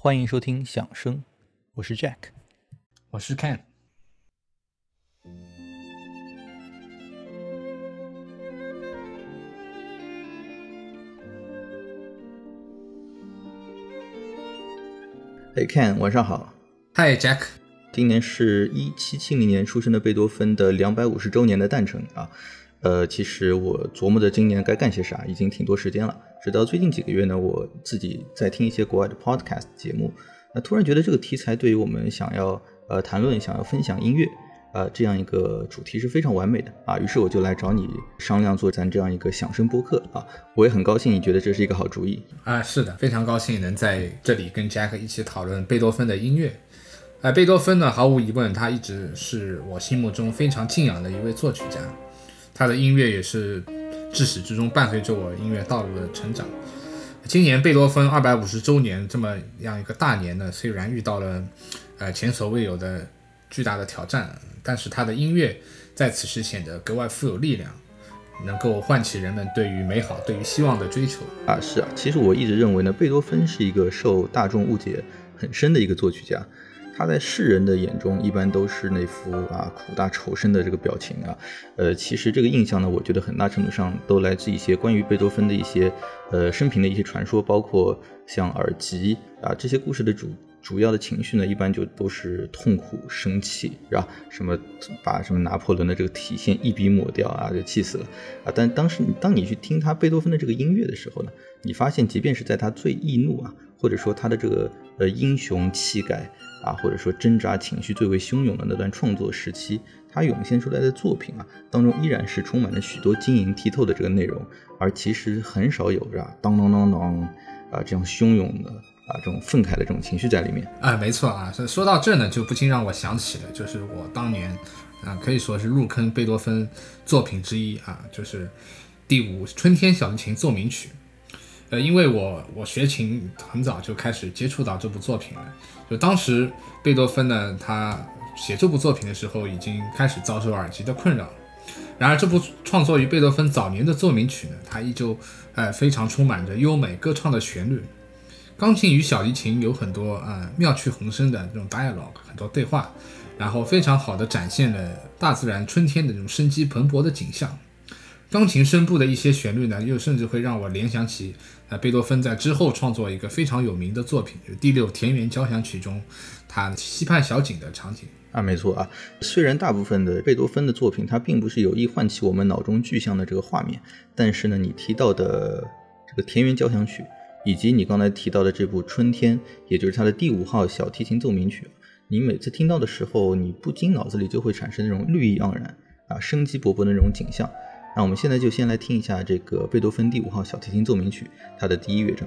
欢迎收听响声，我是 Jack， 我是 Ken。 嘿 Ken， 晚上好。 嗨 Jack。 今年是1770年出生的贝多芬的250周年的诞辰啊。其实我琢磨着今年该干些啥，已经挺多时间了。直到最近几个月呢，我自己在听一些国外的 podcast 节目，那突然觉得这个题材对于我们想要谈论、想要分享音乐这样一个主题是非常完美的啊。于是我就来找你商量做咱这样一个响声播客啊。我也很高兴你觉得这是一个好主意啊。是的，非常高兴能在这里跟 Jack 一起讨论贝多芬的音乐。贝多芬呢，毫无疑问，他一直是我心目中非常敬仰的一位作曲家。他的音乐也是至始至终伴随着我音乐道路的成长。今年贝多芬250周年这么样一个大年呢，虽然遇到了前所未有的巨大的挑战，但是他的音乐在此时显得格外富有力量，能够唤起人们对于美好、对于希望的追求啊。是啊，其实我一直认为呢，贝多芬是一个受大众误解很深的一个作曲家。他在世人的眼中一般都是那副苦大仇深的这个表情啊。其实这个印象呢，我觉得很大程度上都来自一些关于贝多芬的一些生平的一些传说，包括像耳疾这些故事的主要的情绪呢，一般就都是痛苦、生气，是吧？把什么拿破仑的这个体现一笔抹掉就气死了但当你去听他贝多芬的这个音乐的时候呢，你发现即便是在他最易怒或者说他的这个英雄气概或者说挣扎情绪最为汹涌的那段创作时期，他涌现出来的作品当中依然是充满了许多晶莹剔透的这个内容，而其实很少有当当当当这样汹涌的这种愤慨的这种情绪在里面没错说到这呢，就不禁让我想起了就是我当年可以说是入坑贝多芬作品之一就是第5春天小提琴奏鸣曲。因为我学琴很早就开始接触到这部作品了，就当时贝多芬呢，他写这部作品的时候已经开始遭受耳疾的困扰。然而这部创作于贝多芬早年的奏鸣曲呢，它依旧非常充满着优美歌唱的旋律，钢琴与小提琴有很多妙趣横生的这种 dialogue， 很多对话，然后非常好的展现了大自然春天的这种生机蓬勃的景象。钢琴声部的一些旋律呢，又甚至会让我联想起贝多芬在之后创作一个非常有名的作品，就是第6田园交响曲中他溪畔小景的场景没错虽然大部分的贝多芬的作品它并不是有意唤起我们脑中具象的这个画面，但是呢，你提到的这个田园交响曲以及你刚才提到的这部春天，也就是他的第5号小提琴奏鸣曲，你每次听到的时候，你不禁脑子里就会产生那种绿意盎然生机勃勃的那种景象。那我们现在就先来听一下这个贝多芬第5号小提琴奏鸣曲它的第1乐章。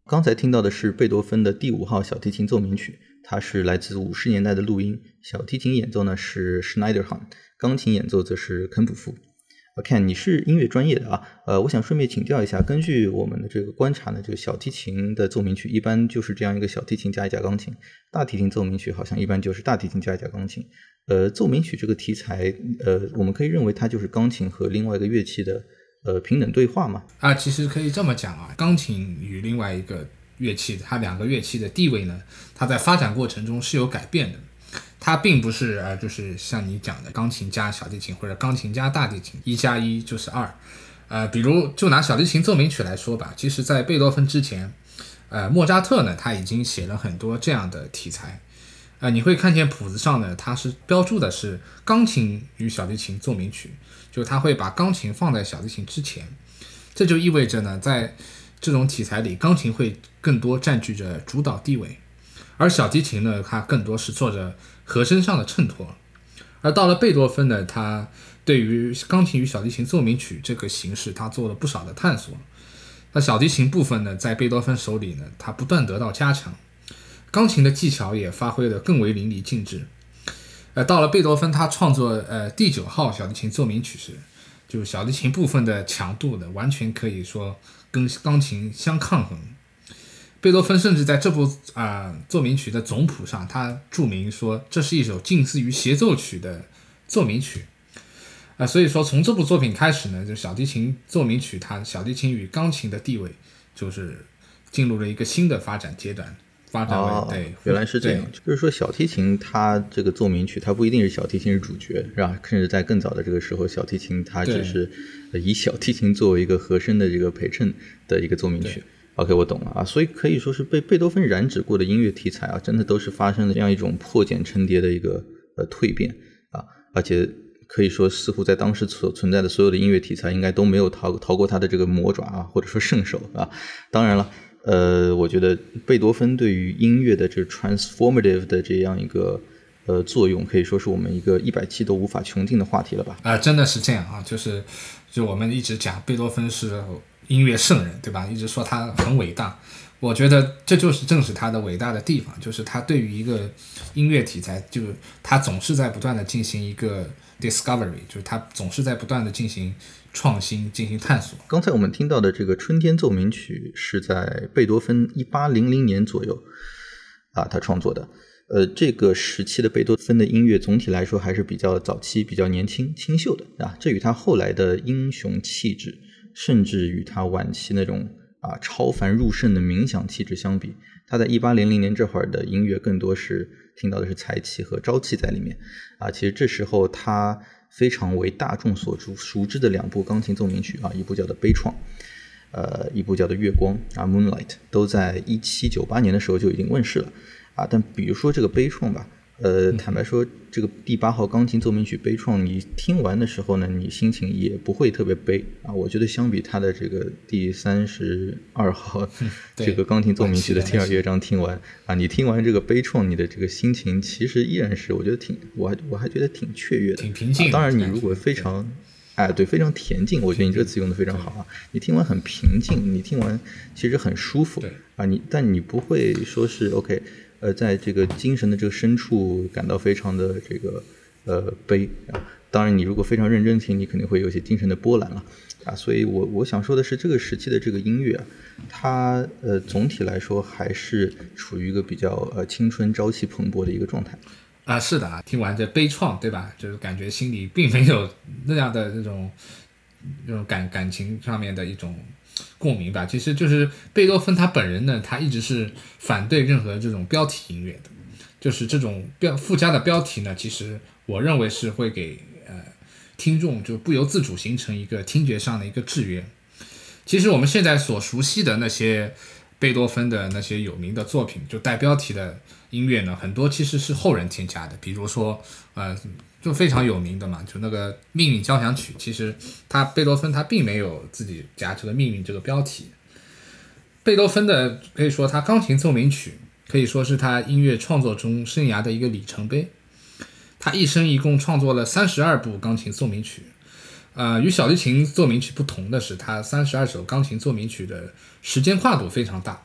刚才听到的是贝多芬的第5号小提琴奏鸣曲，它是来自50年代的录音，小提琴演奏呢是 Schneiderhan， 钢琴演奏则是肯普夫。Ken， 你是音乐专业的啊，我想顺便请教一下，根据我们的这个观察呢，这个小提琴的奏鸣曲一般就是这样一个小提琴加一架钢琴，大提琴奏鸣曲好像一般就是大提琴加一架钢琴。奏鸣曲这个题材，我们可以认为它就是钢琴和另外一个乐器的平等对话吗？ 其实可以这么讲啊，钢琴与另外一个乐器，它两个乐器的地位呢，它在发展过程中是有改变的。它并不是就是像你讲的钢琴加小提琴或者钢琴加大提琴，1+1就是2。比如就拿小提琴奏鸣曲来说吧，其实在贝多芬之前，莫扎特呢他已经写了很多这样的题材。你会看见谱子上呢，它是标注的是钢琴与小提琴奏鸣曲，就他会把钢琴放在小提琴之前，这就意味着呢，在这种题材里，钢琴会更多占据着主导地位，而小提琴呢，它更多是做着和声上的衬托。而到了贝多芬呢，他对于钢琴与小提琴奏鸣曲这个形式，他做了不少的探索。那小提琴部分呢，在贝多芬手里呢，他不断得到加强，钢琴的技巧也发挥得更为淋漓尽致。到了贝多芬他创作第9号小提琴奏鸣曲时，就小提琴部分的强度呢，完全可以说跟钢琴相抗衡。贝多芬甚至在这部奏鸣曲的总谱上，他注明说这是一首近似于协奏曲的奏鸣曲。所以说从这部作品开始呢，就小提琴奏鸣曲，它小提琴与钢琴的地位就是进入了一个新的发展阶段。对， 原来是这样，就是说小提琴它这个奏鸣曲，它不一定是小提琴是主角，是吧？甚至在更早的这个时候，小提琴它只是以小提琴作为一个和声的这个陪衬的一个奏鸣曲。OK， 我懂了啊，所以可以说是被贝多芬染指过的音乐题材啊，真的都是发生了这样一种破茧成蝶的一个蜕变啊，而且可以说似乎在当时所存在的所有的音乐题材，应该都没有逃过他的这个魔爪啊，或者说圣手啊。当然了。我觉得贝多芬对于音乐的这 transformative 的这样一个作用，可以说是我们一个100期都无法穷尽的话题了吧？ 真的是这样啊，就我们一直讲贝多芬是音乐圣人，对吧？一直说他很伟大，我觉得这就是正是他的伟大的地方，就是他对于一个音乐题材，就是他总是在不断的进行一个 discovery， 就是他总是在不断的进行创新，进行探索。 刚才我们听到的这个春天奏鸣曲是在贝多芬1800年左右他创作的。这个时期的贝多芬的音乐总体来说还是比较早期、比较年轻、清秀的啊。这与他后来的英雄气质，甚至与他晚期那种超凡入圣的冥想气质相比，他在1800年这会儿的音乐更多是听到的是才气和朝气在里面其实这时候他非常为大众所熟知的2部钢琴奏鸣曲一部叫做《悲怆》，一部叫做《月光》Moonlight， 都在1798年的时候就已经问世了但比如说这个《悲怆》吧，坦白说，这个第8号钢琴奏鸣曲《悲怆》，你听完的时候呢，你心情也不会特别悲我觉得相比他的这个第32号这个钢琴奏鸣曲的第2乐章听完你听完这个《悲怆》，你的这个心情其实依然是我觉得我还觉得挺雀跃的， 挺平静当然你如果非常对，非常恬静，我觉得你这个词用的非常好你听完很平静，你听完其实很舒服但你不会说是 OK。在这个精神的这个深处感到非常的这个悲当然你如果非常认真听，你肯定会有一些精神的波澜了所以我想说的是，这个时期的这个音乐它总体来说还是处于一个比较青春朝气蓬勃的一个状态是的听完这悲怆，对吧？就是感觉心里并没有那样的那种感情上面的一种共鸣吧。其实就是贝多芬他本人呢，他一直是反对任何这种标题音乐的，就是这种附加的标题呢，其实我认为是会给听众就不由自主形成一个听觉上的一个制约。其实我们现在所熟悉的那些贝多芬的那些有名的作品，就带标题的音乐呢，很多其实是后人添加的，比如说就非常有名的嘛，就那个命运交响曲，其实贝多芬他并没有自己加这个命运这个标题。贝多芬的可以说他钢琴奏鸣曲可以说是他音乐创作中生涯的一个里程碑。他一生一共创作了32部钢琴奏鸣曲与小提琴奏鸣曲不同的是，他32首钢琴奏鸣曲的时间跨度非常大，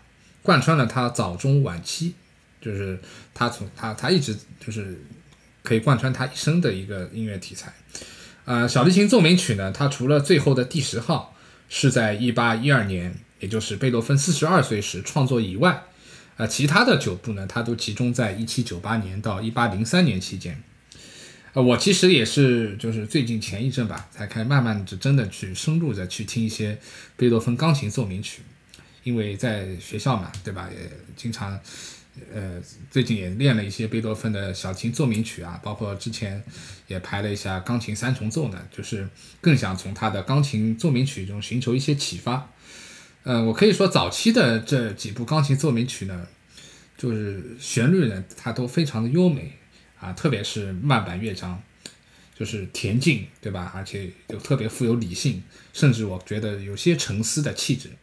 贯穿了他早中晚期，就是他一直就是可以贯穿他一生的一个音乐题材。小提琴奏鸣曲呢，它除了最后的第10号是在1812年，也就是贝多芬42岁时创作以外，其他的9部呢，它都集中在1798年到1803年期间。我其实也是就是最近前一阵吧，才开始慢慢的真的去深入的去听一些贝多芬钢琴奏鸣曲，因为在学校嘛，对吧，也经常最近也练了一些贝多芬的小提琴奏鸣曲啊，包括之前也排了一下钢琴三重奏呢，就是更想从他的钢琴奏鸣曲中寻求一些启发。我可以说早期的这几部钢琴奏鸣曲呢，就是旋律呢，它都非常的优美啊，特别是慢板乐章，就是恬静，对吧？而且又特别富有理性，甚至我觉得有些沉思的气质。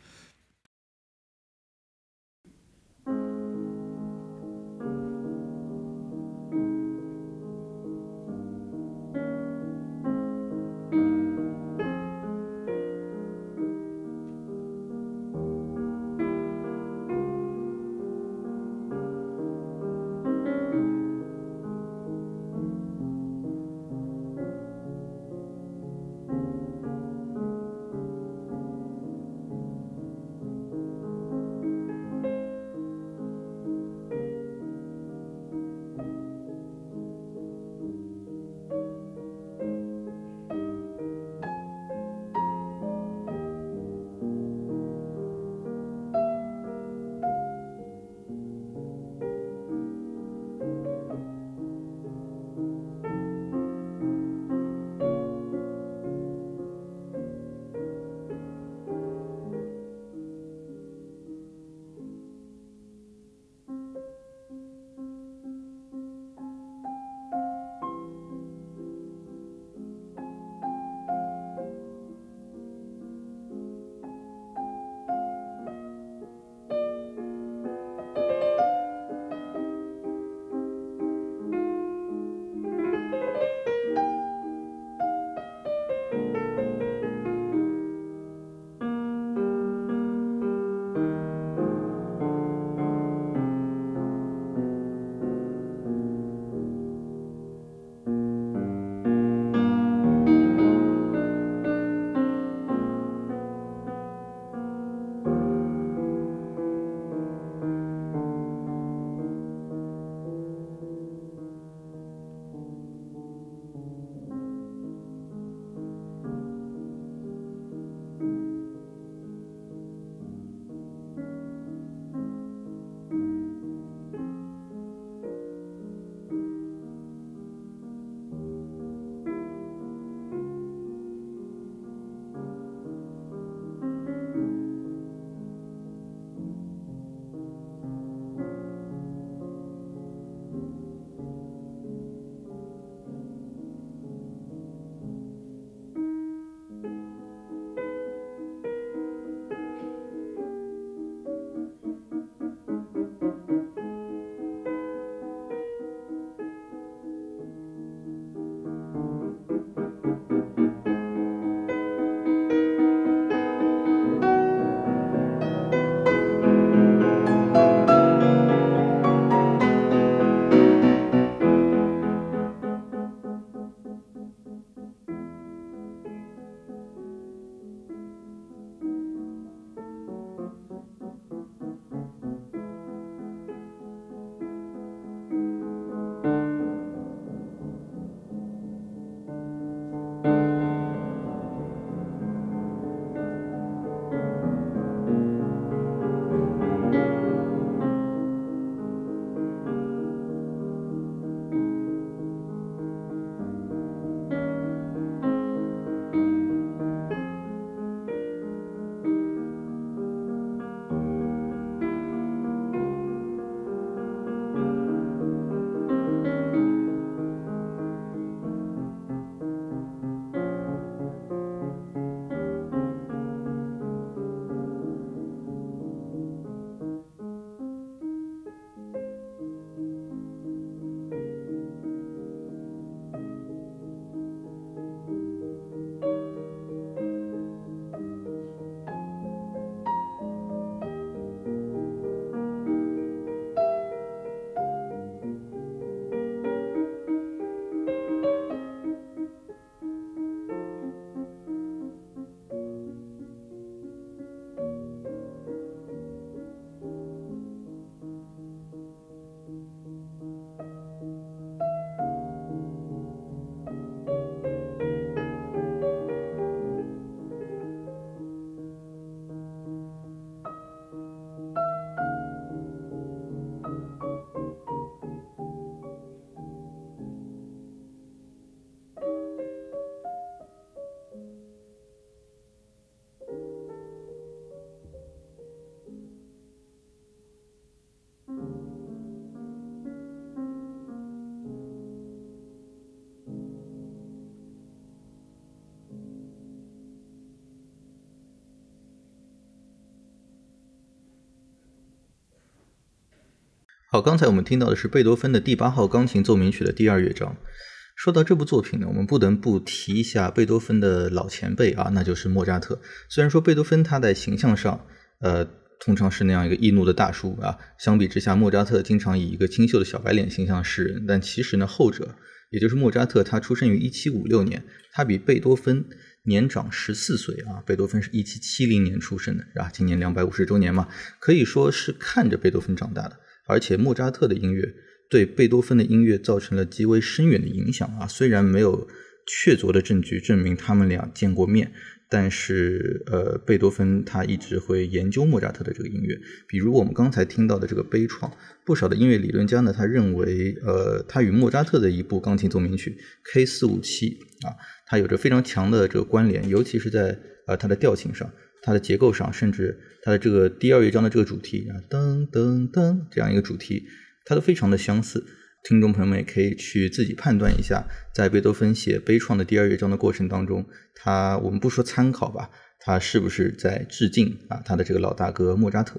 好，刚才我们听到的是贝多芬的第8号钢琴奏鸣曲的第2乐章。说到这部作品呢，我们不得不提一下贝多芬的老前辈啊，那就是莫扎特。虽然说贝多芬他在形象上通常是那样一个易怒的大叔啊，相比之下莫扎特经常以一个清秀的小白脸形象示人，但其实呢后者也就是莫扎特他出生于1756年，他比贝多芬年长14岁啊，贝多芬是1770年出生的啊，今年250周年嘛，可以说是看着贝多芬长大的。而且莫扎特的音乐对贝多芬的音乐造成了极为深远的影响啊，虽然没有确凿的证据证明他们俩见过面，但是贝多芬他一直会研究莫扎特的这个音乐。比如我们刚才听到的这个悲怆，不少的音乐理论家呢，他认为他与莫扎特的一部钢琴奏鸣曲 K457 啊，它有着非常强的这个关联，尤其是在它的调性上，它的结构上，甚至它的这个第2乐章的这个主题啊，噔噔噔这样一个主题，它都非常的相似。听众朋友们也可以去自己判断一下，在贝多芬写悲怆的第2乐章的过程当中，我们不说参考吧，他是不是在致敬啊他的这个老大哥莫扎特。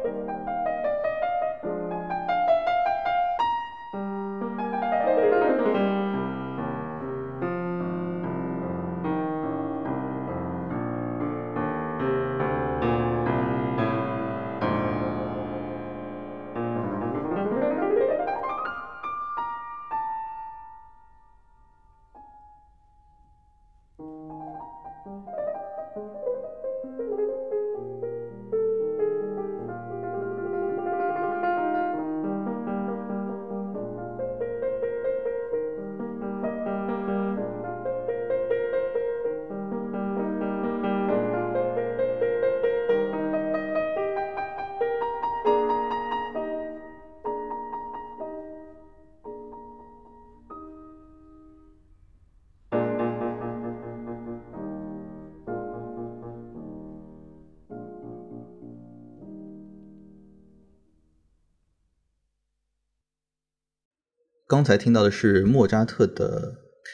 刚才听到的是莫扎特的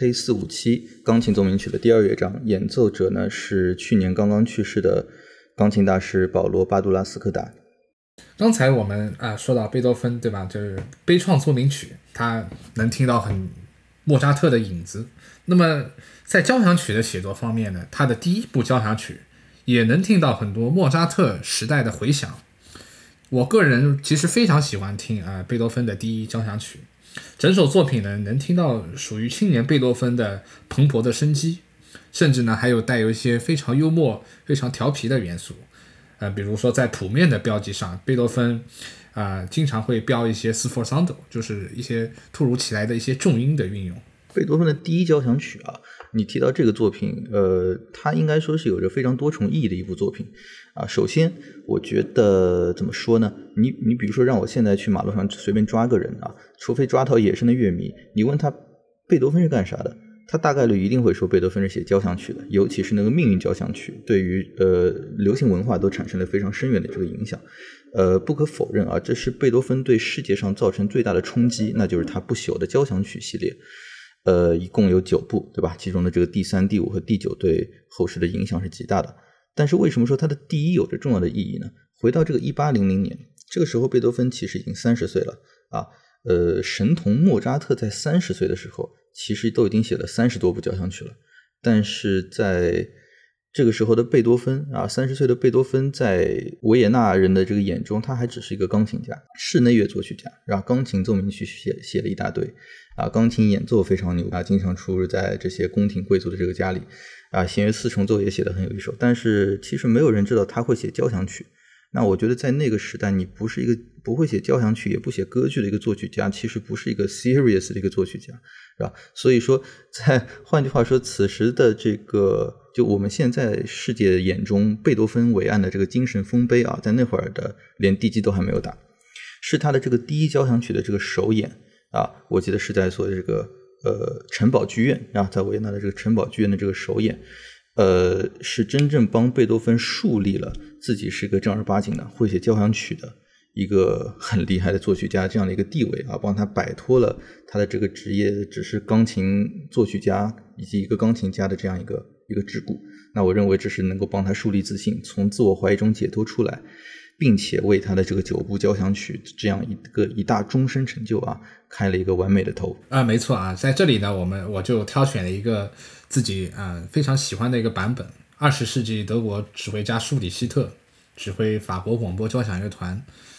K457 钢琴奏鸣曲的第2乐章，演奏者呢是去年刚刚去世的钢琴大师保罗·巴杜拉斯科达。 刚才我们说到贝多芬，对吧？就是悲怆奏鸣曲，他能听到很莫扎特的影子。那么在交响曲的写作方面呢，他的第一部交响曲也能听到很多莫扎特时代的回响。我个人其实非常喜欢听贝多芬的第一交响曲。整首作品呢，能听到属于青年贝多芬的蓬勃的生机，甚至呢还有带有一些非常幽默、非常调皮的元素。比如说在谱面的标记上，贝多芬经常会标一些 sforzando， 就是一些突如其来的一些重音的运用。 贝多芬的第一交响曲你提到这个作品，它应该说是有着非常多重意义的一部作品首先，我觉得怎么说呢？你比如说让我现在去马路上随便抓个人除非抓到野生的乐迷，你问他贝多芬是干啥的，他大概率一定会说贝多芬是写交响曲的，尤其是那个命运交响曲，对于流行文化都产生了非常深远的这个影响。不可否认这是贝多芬对世界上造成最大的冲击，那就是他不朽的交响曲系列。一共有9部，对吧？其中的这个第3、第5和第9对后世的影响是极大的。但是为什么说它的第一有着重要的意义呢？回到这个1800年，这个时候贝多芬其实已经30岁了神童莫扎特在30岁的时候其实都已经写了30多部交响曲了，但是在这个时候的贝多芬30岁的贝多芬在维也纳人的这个眼中，他还只是一个钢琴家，室内乐作曲家，然后钢琴奏鸣曲写了一大堆钢琴演奏非常牛经常出入在这些宫廷贵族的这个家里弦乐四重奏也写得很有一手，但是其实没有人知道他会写交响曲。那我觉得在那个时代，你不是一个不会写交响曲也不写歌剧的一个作曲家，其实不是一个 serious 的一个作曲家，是吧？所以说换句话说，此时的这个就我们现在世界眼中贝多芬伟岸的这个精神丰碑在那会儿的连地基都还没有打，是他的这个第一交响曲的这个首演我记得是在所谓的这个城堡剧院在维也纳的这个城堡剧院的这个首演是真正帮贝多芬树立了自己是个正儿八经的会写交响曲的一个很厉害的作曲家这样的一个地位帮他摆脱了他的这个职业只是钢琴作曲家以及一个钢琴家的这样一个桎梏。那我认为这是能够帮他树立自信，从自我怀疑中解脱出来，并且为他的这个9部交响曲这样一大终身成就开了一个完美的头没错在这里呢我就挑选了一个自己非常喜欢的一个版本，20世纪德国指挥家舒里希特指挥法国广播交响乐团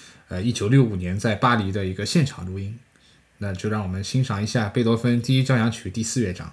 1965年在巴黎的一个现场录音。那就让我们欣赏一下贝多芬第一交响曲第4乐章。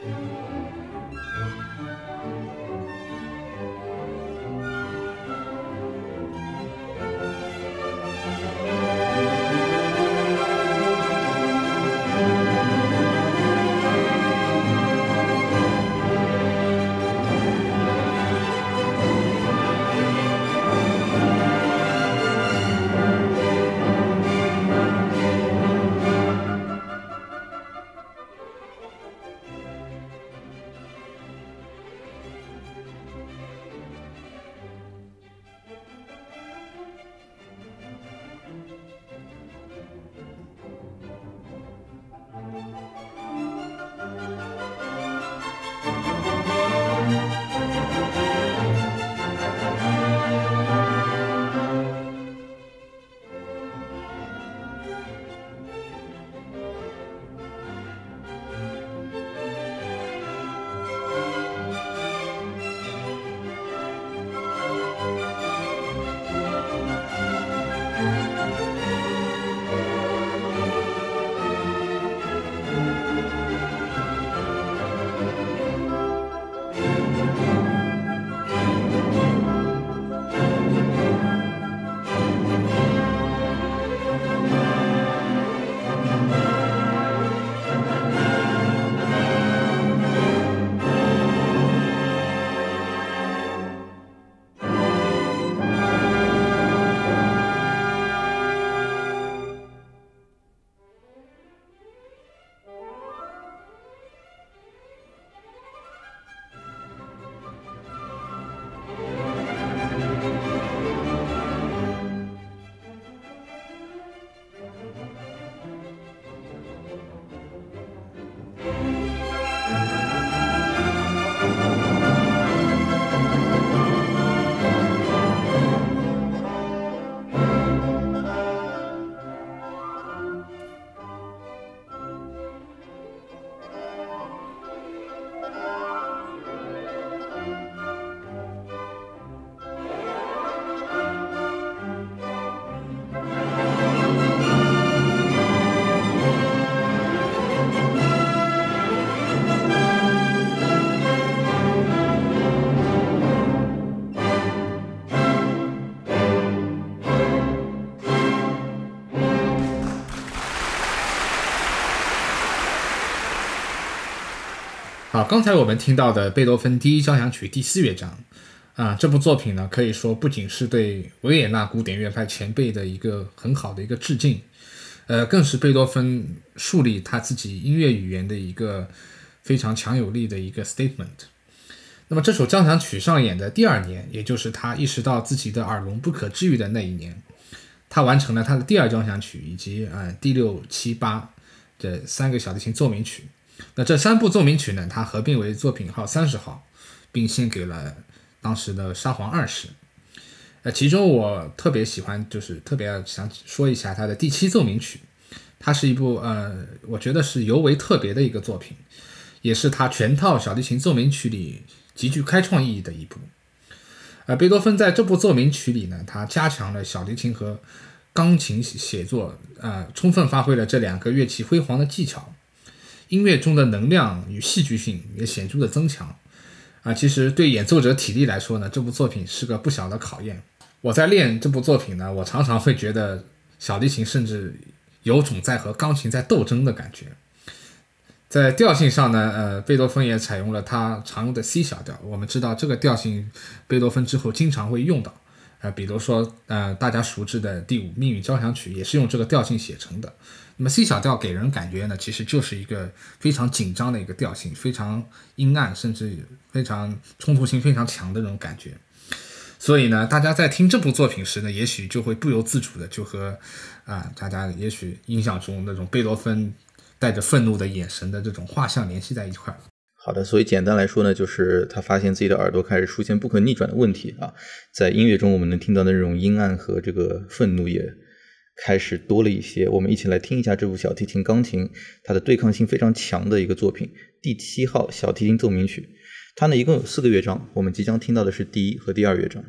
好，刚才我们听到的贝多芬第一交响曲第4乐章，这部作品呢，可以说不仅是对维也纳古典乐派前辈的一个很好的一个致敬，更是贝多芬树立他自己音乐语言的一个非常强有力的一个 statement。那么这首交响曲上演的第2年，也就是他意识到自己的耳聋不可治愈的那一年，他完成了他的第2交响曲以及第6、7、8这3个小提琴奏鸣曲。那这3部奏鸣曲呢，它合并为作品号30号，并献给了当时的沙皇2世。其中我特别喜欢，就是特别想说一下他的第7奏鸣曲，它是一部我觉得是尤为特别的一个作品，也是他全套小提琴奏鸣曲里极具开创意义的一部。贝多芬在这部奏鸣曲里呢，他加强了小提琴和钢琴写作，充分发挥了这2个乐器辉煌的技巧。音乐中的能量与戏剧性也显著的增强。其实对演奏者体力来说呢，这部作品是个不小的考验。我在练这部作品呢，我常常会觉得小提琴甚至有种在和钢琴在斗争的感觉。在调性上呢，贝多芬也采用了他常用的 C 小调。我们知道这个调性，贝多芬之后经常会用到。比如说大家熟知的第5命运交响曲也是用这个调性写成的。那么 C 小调给人感觉呢，其实就是一个非常紧张的一个调性，非常阴暗，甚至非常冲突性非常强的这种感觉。所以呢，大家在听这部作品时呢，也许就会不由自主的就和大家也许印象中那种贝多芬带着愤怒的眼神的这种画像联系在一块儿。 好的，所以简单来说呢，就是他发现自己的耳朵开始出现不可逆转的问题在音乐中我们能听到的那种阴暗和这个愤怒也开始多了一些。我们一起来听一下这部小提琴钢琴它的对抗性非常强的一个作品，第7号小提琴奏鸣曲。它呢一共有4个乐章，我们即将听到的是第1和第2乐章。